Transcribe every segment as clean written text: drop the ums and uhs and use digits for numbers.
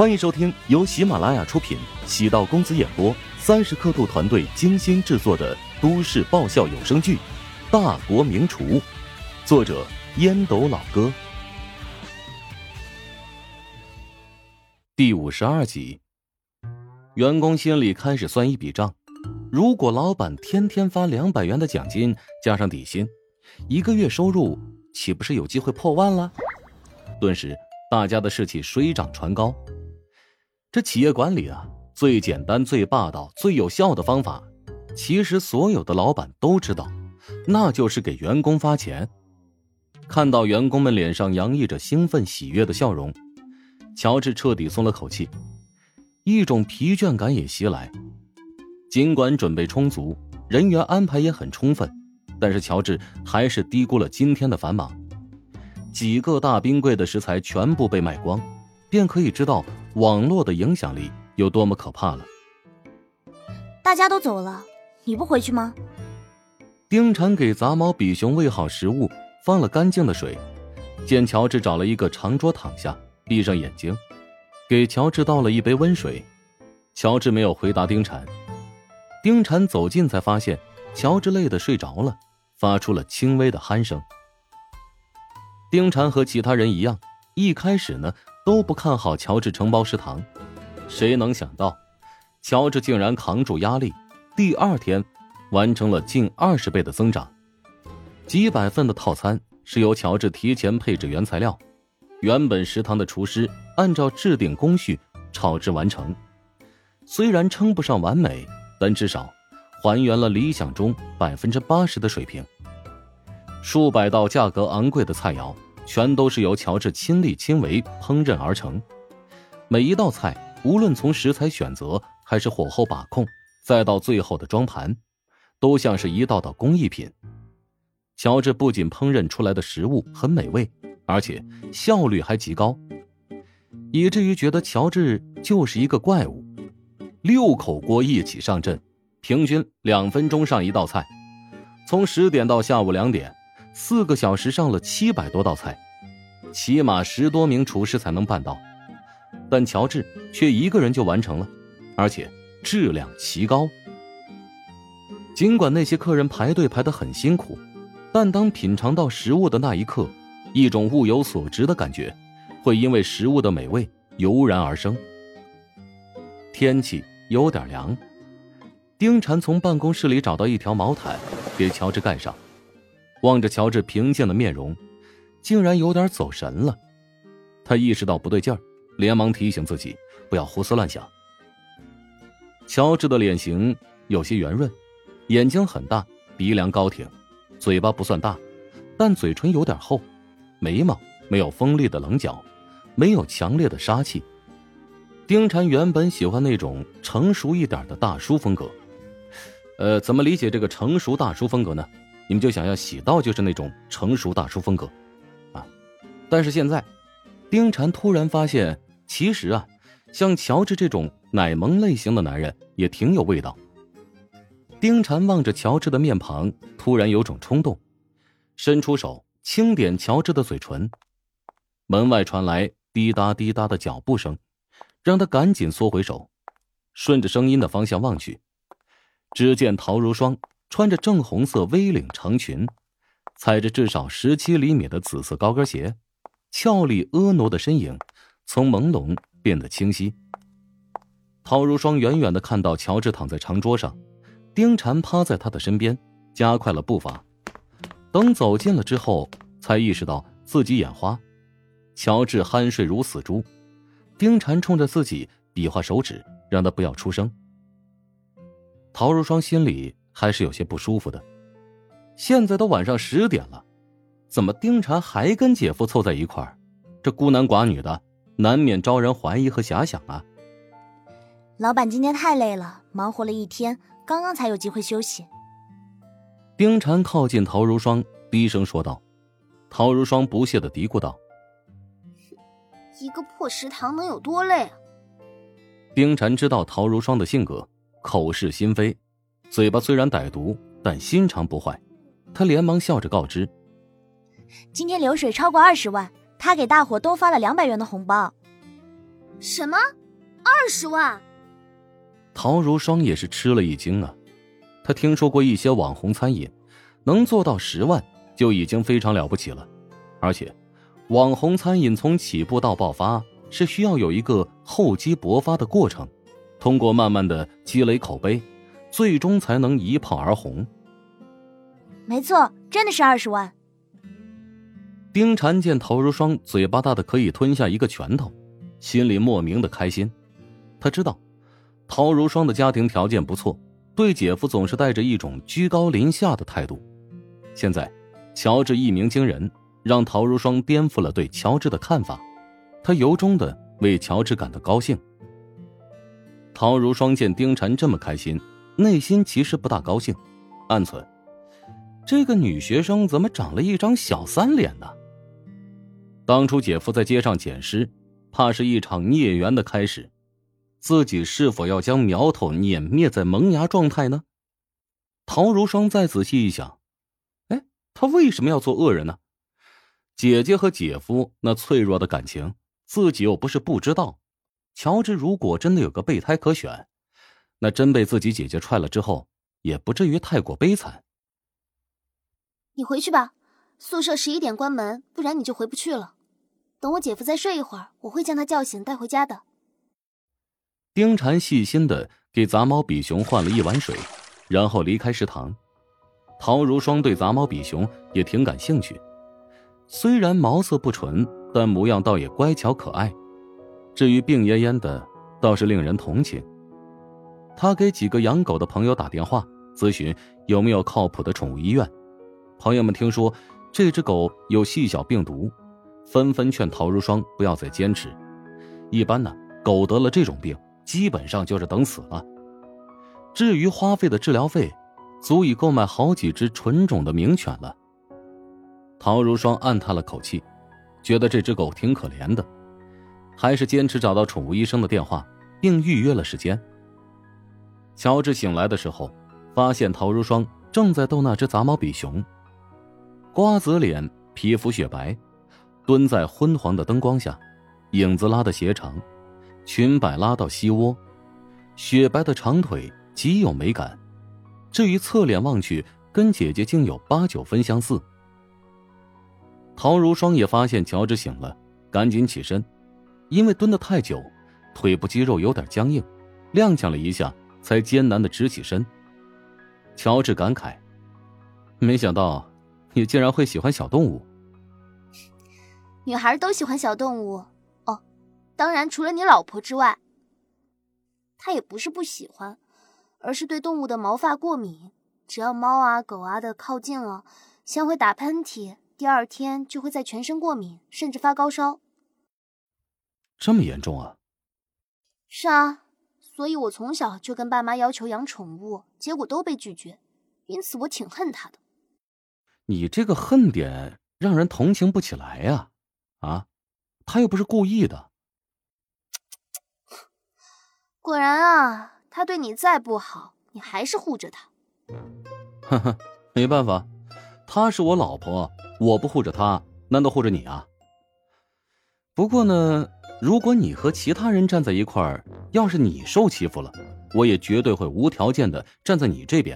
欢迎收听由喜马拉雅出品，喜道公子演播，30刻度团队精心制作的都市爆笑有声剧《大国名厨》，作者烟斗老哥。第52集。员工心里开始算一笔账，如果老板天天发200元的奖金加上底薪，1个月收入岂不是有机会破万了？顿时大家的士气水涨船高。这企业管理啊，最简单最霸道最有效的方法，其实所有的老板都知道，那就是给员工发钱。看到员工们脸上洋溢着兴奋喜悦的笑容，乔治彻底松了口气，一种疲倦感也袭来。尽管准备充足，人员安排也很充分，但是乔治还是低估了今天的繁忙。几个大冰柜的食材全部被卖光，便可以知道网络的影响力有多么可怕了。 大家都走了，你不回去吗？ 丁婵给杂毛比熊喂好食物，放了干净的水，见乔治找了一个长桌躺下，闭上眼睛，给乔治倒了一杯温水。乔治没有回答丁婵。丁婵走近才发现乔治累得睡着了，发出了轻微的鼾声。丁婵和其他人一样，一开始呢都不看好乔治承包食堂，谁能想到乔治竟然扛住压力，第2天完成了近20倍的增长。几百份的套餐是由乔治提前配置原材料，原本食堂的厨师按照制定工序炒制完成。虽然称不上完美，但至少还原了理想中80%的水平。数百道价格昂贵的菜肴全都是由乔治亲力亲为烹饪而成，每一道菜无论从食材选择还是火候把控，再到最后的装盘，都像是一道道工艺品。乔治不仅烹饪出来的食物很美味，而且效率还极高，以至于觉得乔治就是一个怪物。6口锅一起上阵，平均2分钟上一道菜，从10点到下午2点，4个小时上了700多道菜，起码10多名厨师才能办到，但乔治却1个人就完成了，而且质量奇高。尽管那些客人排队排得很辛苦，但当品尝到食物的那一刻，一种物有所值的感觉会因为食物的美味油然而生。天气有点凉，丁婵从办公室里找到一条毛毯给乔治盖上，望着乔治平静的面容，竟然有点走神了。他意识到不对劲儿，连忙提醒自己不要胡思乱想。乔治的脸型有些圆润，眼睛很大，鼻梁高挺，嘴巴不算大，但嘴唇有点厚，眉毛没有锋利的棱角，没有强烈的杀气。丁婵原本喜欢那种成熟一点的大叔风格。怎么理解这个成熟大叔风格呢？你们就想要喜道就是那种成熟大叔风格啊。但是现在丁婵突然发现，其实啊，像乔治这种奶萌类型的男人也挺有味道。丁婵望着乔治的面庞，突然有种冲动，伸出手轻点乔治的嘴唇。门外传来滴答滴答的脚步声，让他赶紧缩回手，顺着声音的方向望去，只见陶如霜穿着正红色 V 领长裙，踩着至少17厘米的紫色高跟鞋，俏丽婀娜的身影从朦胧变得清晰。陶如霜远远地看到乔治躺在长桌上，丁婵趴在他的身边，加快了步伐。等走近了之后，才意识到自己眼花。乔治酣睡如死猪，丁婵冲着自己比划手指，让他不要出声。陶如霜心里还是有些不舒服的，现在都晚上10点了，怎么丁婵还跟姐夫凑在一块儿？这孤男寡女的，难免招人怀疑和遐想啊。 老板今天太累了，忙活了一天，刚刚才有机会休息。 丁婵靠近陶如霜，低声说道。陶如霜不屑地嘀咕道： 一个破食堂能有多累啊？ 丁婵知道陶如霜的性格，口是心非，嘴巴虽然歹毒，但心肠不坏。他连忙笑着告知： 今天流水超过20万，他给大伙都发了200元的红包。 什么？20万？ 陶如霜也是吃了一惊啊！他听说过一些网红餐饮，能做到10万就已经非常了不起了，而且网红餐饮从起步到爆发是需要有一个厚积薄发的过程，通过慢慢的积累口碑，最终才能一炮而红。 没错，真的是20万。 丁婵见陶如霜嘴巴大的可以吞下一个拳头，心里莫名的开心。他知道陶如霜的家庭条件不错，对姐夫总是带着一种居高临下的态度。现在乔治一鸣惊人，让陶如霜颠覆了对乔治的看法，他由衷的为乔治感到高兴。陶如霜见丁婵这么开心，内心其实不大高兴，暗忖这个女学生怎么长了一张小三脸呢？当初姐夫在街上捡尸，怕是一场孽缘的开始，自己是否要将苗头碾灭在萌芽状态呢？陶如霜再仔细一想，他为什么要做恶人呢？姐姐和姐夫那脆弱的感情，自己又不是不知道。乔治如果真的有个备胎可选，那真被自己姐姐踹了之后，也不至于太过悲惨。 你回去吧，宿舍11点关门，不然你就回不去了。等我姐夫再睡一会儿，我会将他叫醒带回家的。 丁婵细心的给杂毛比熊换了一碗水，然后离开食堂。陶如霜对杂毛比熊也挺感兴趣，虽然毛色不纯，但模样倒也乖巧可爱。至于病恹恹的，倒是令人同情。他给几个养狗的朋友打电话，咨询有没有靠谱的宠物医院。朋友们听说这只狗有细小病毒，纷纷劝陶如霜不要再坚持。一般呢，狗得了这种病，基本上就是等死了。至于花费的治疗费，足以购买好几只纯种的名犬了。陶如霜暗叹了口气，觉得这只狗挺可怜的，还是坚持找到宠物医生的电话，并预约了时间。乔治醒来的时候，发现陶如霜正在逗那只杂毛比熊。瓜子脸，皮肤雪白，蹲在昏黄的灯光下，影子拉得斜长，裙摆拉到膝窝，雪白的长腿极有美感。至于侧脸望去，跟姐姐竟有8、9分相似。陶如霜也发现乔治醒了，赶紧起身，因为蹲得太久，腿部肌肉有点僵硬，踉跄了一下，才艰难地直起身。乔治感慨，没想到你竟然会喜欢小动物。 女孩都喜欢小动物哦，当然除了你老婆之外。她也不是不喜欢，而是对动物的毛发过敏，只要猫啊狗啊的靠近了，先会打喷嚏，第2天就会在全身过敏，甚至发高烧。 这么严重啊？ 是啊，所以我从小就跟爸妈要求养宠物，结果都被拒绝，因此我挺恨他的。 你这个恨点让人同情不起来呀！他又不是故意的。 果然啊，他对你再不好，你还是护着他。 呵呵，没办法，她是我老婆，我不护着她，难道护着你啊？不过呢，如果你和其他人站在一块儿，要是你受欺负了，我也绝对会无条件的站在你这边。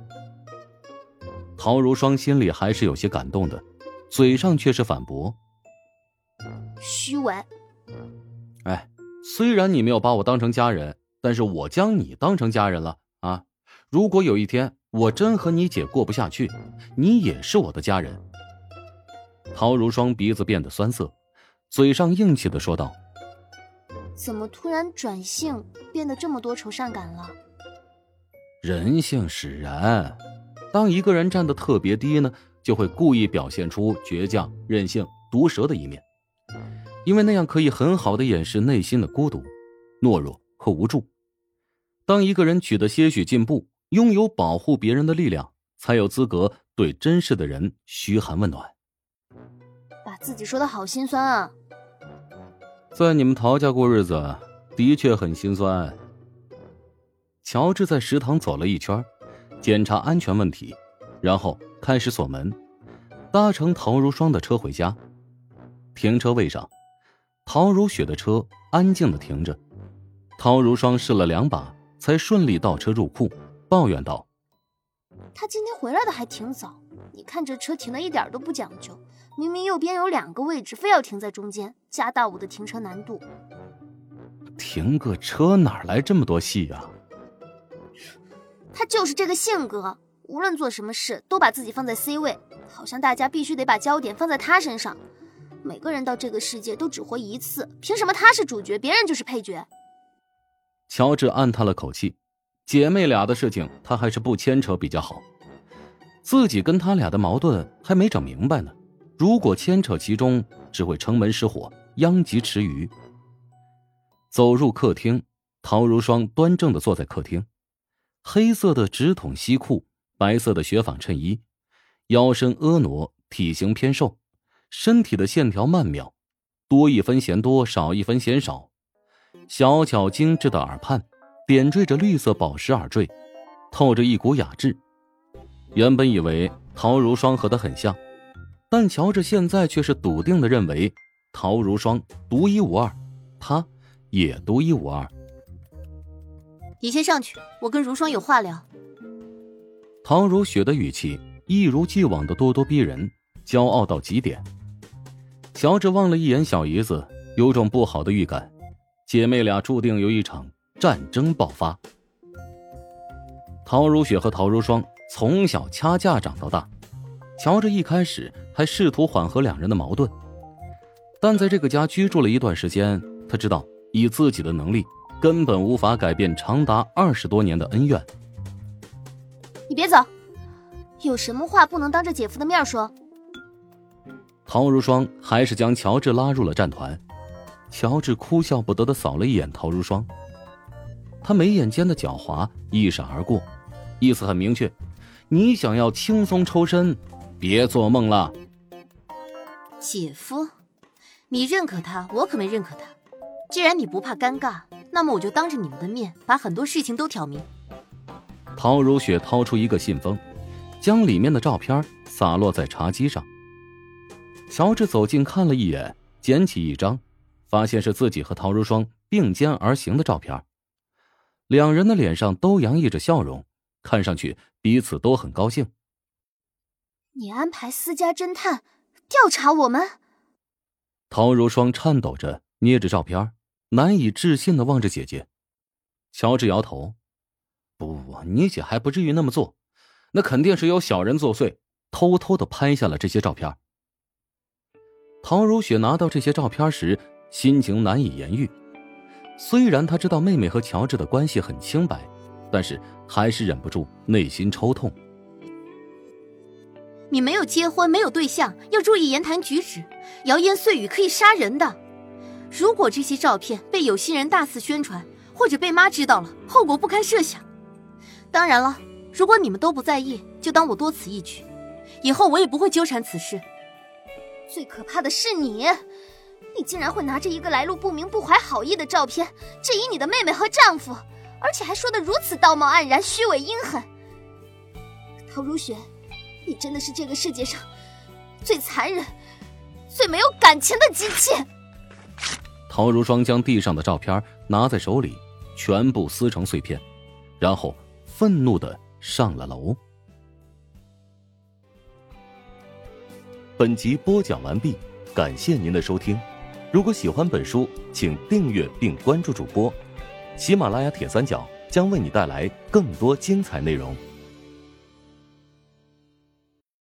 陶如霜心里还是有些感动的，嘴上却是反驳。 虚伪。 虽然你没有把我当成家人，但是我将你当成家人了啊！如果有一天我真和你姐过不下去，你也是我的家人。陶如霜鼻子变得酸涩，嘴上硬气地说道： 怎么突然转性变得这么多愁善感了？ 人性使然，当一个人站得特别低呢，就会故意表现出倔强、任性、毒舌的一面，因为那样可以很好地掩饰内心的孤独、懦弱和无助。当一个人取得些许进步，拥有保护别人的力量，才有资格对真实的人嘘寒问暖。 把自己说得好心酸啊！ 在你们陶家过日子，的确很心酸。乔治在食堂走了一圈，检查安全问题，然后开始锁门，搭乘陶如霜的车回家。停车位上，陶如雪的车安静地停着。陶如霜试了2把，才顺利倒车入库，抱怨道： 他今天回来的还挺早，你看这车停的一点都不讲究，明明右边有2个位置，非要停在中间，加大我的停车难度。 停个车哪来这么多戏啊？ 他就是这个性格，无论做什么事都把自己放在 C 位，好像大家必须得把焦点放在他身上。每个人到这个世界都只活一次，凭什么他是主角，别人就是配角？ 乔治暗叹了口气，姐妹俩的事情他还是不牵扯比较好。自己跟他俩的矛盾还没整明白呢，如果牵扯其中，只会城门失火，殃及池鱼。走入客厅，陶如霜端正地坐在客厅，黑色的直筒西裤，白色的雪纺衬衣，腰身婀娜，体型偏瘦，身体的线条曼妙，多一分嫌多，少一分嫌少。小巧精致的耳畔点缀着绿色宝石耳坠，透着一股雅致。原本以为陶如霜和他很像，但乔治现在却是笃定地认为陶如霜独一无二，他也独一无二。 你先上去，我跟如霜有话聊。 陶如雪的语气一如既往的咄咄逼人，骄傲到极点。乔治望了一眼小姨子，有种不好的预感，姐妹俩注定有一场战争爆发。陶如雪和陶如霜从小掐架长到大，乔治一开始还试图缓和2人的矛盾，但在这个家居住了一段时间，他知道以自己的能力根本无法改变长达20多年的恩怨。 你别走，有什么话不能当着姐夫的面说？ 陶如霜还是将乔治拉入了战团。乔治哭笑不得地扫了一眼陶如霜，他眉眼间的狡猾一闪而过，意思很明确，你想要轻松抽身，别做梦了。 姐夫，你认可他，我可没认可他。既然你不怕尴尬，那么我就当着你们的面把很多事情都挑明。 陶如雪掏出一个信封，将里面的照片洒落在茶几上。乔治走近看了一眼，捡起一张，发现是自己和陶如霜并肩而行的照片。2人的脸上都洋溢着笑容，看上去彼此都很高兴。 你安排私家侦探调查我们？ 陶如霜颤抖着捏着照片，难以置信地望着姐姐。乔治摇头，不，你姐还不至于那么做，那肯定是有小人作祟，偷偷地拍下了这些照片。陶如雪拿到这些照片时，心情难以言喻。虽然她知道妹妹和乔治的关系很清白，但是还是忍不住内心抽痛。 你没有结婚，没有对象，要注意言谈举止，谣言碎语可以杀人的。如果这些照片被有心人大肆宣传，或者被妈知道了，后果不堪设想。当然了，如果你们都不在意，就当我多此一举，以后我也不会纠缠此事。 最可怕的是你竟然会拿着一个来路不明、不怀好意的照片质疑你的妹妹和丈夫，而且还说得如此道貌岸然、虚伪阴狠。陶如雪，你真的是这个世界上最残忍、最没有感情的机器。 陶如霜将地上的照片拿在手里，全部撕成碎片，然后愤怒地上了楼。本集播讲完毕，感谢您的收听。如果喜欢本书，请订阅并关注主播。喜马拉雅铁三角将为你带来更多精彩内容。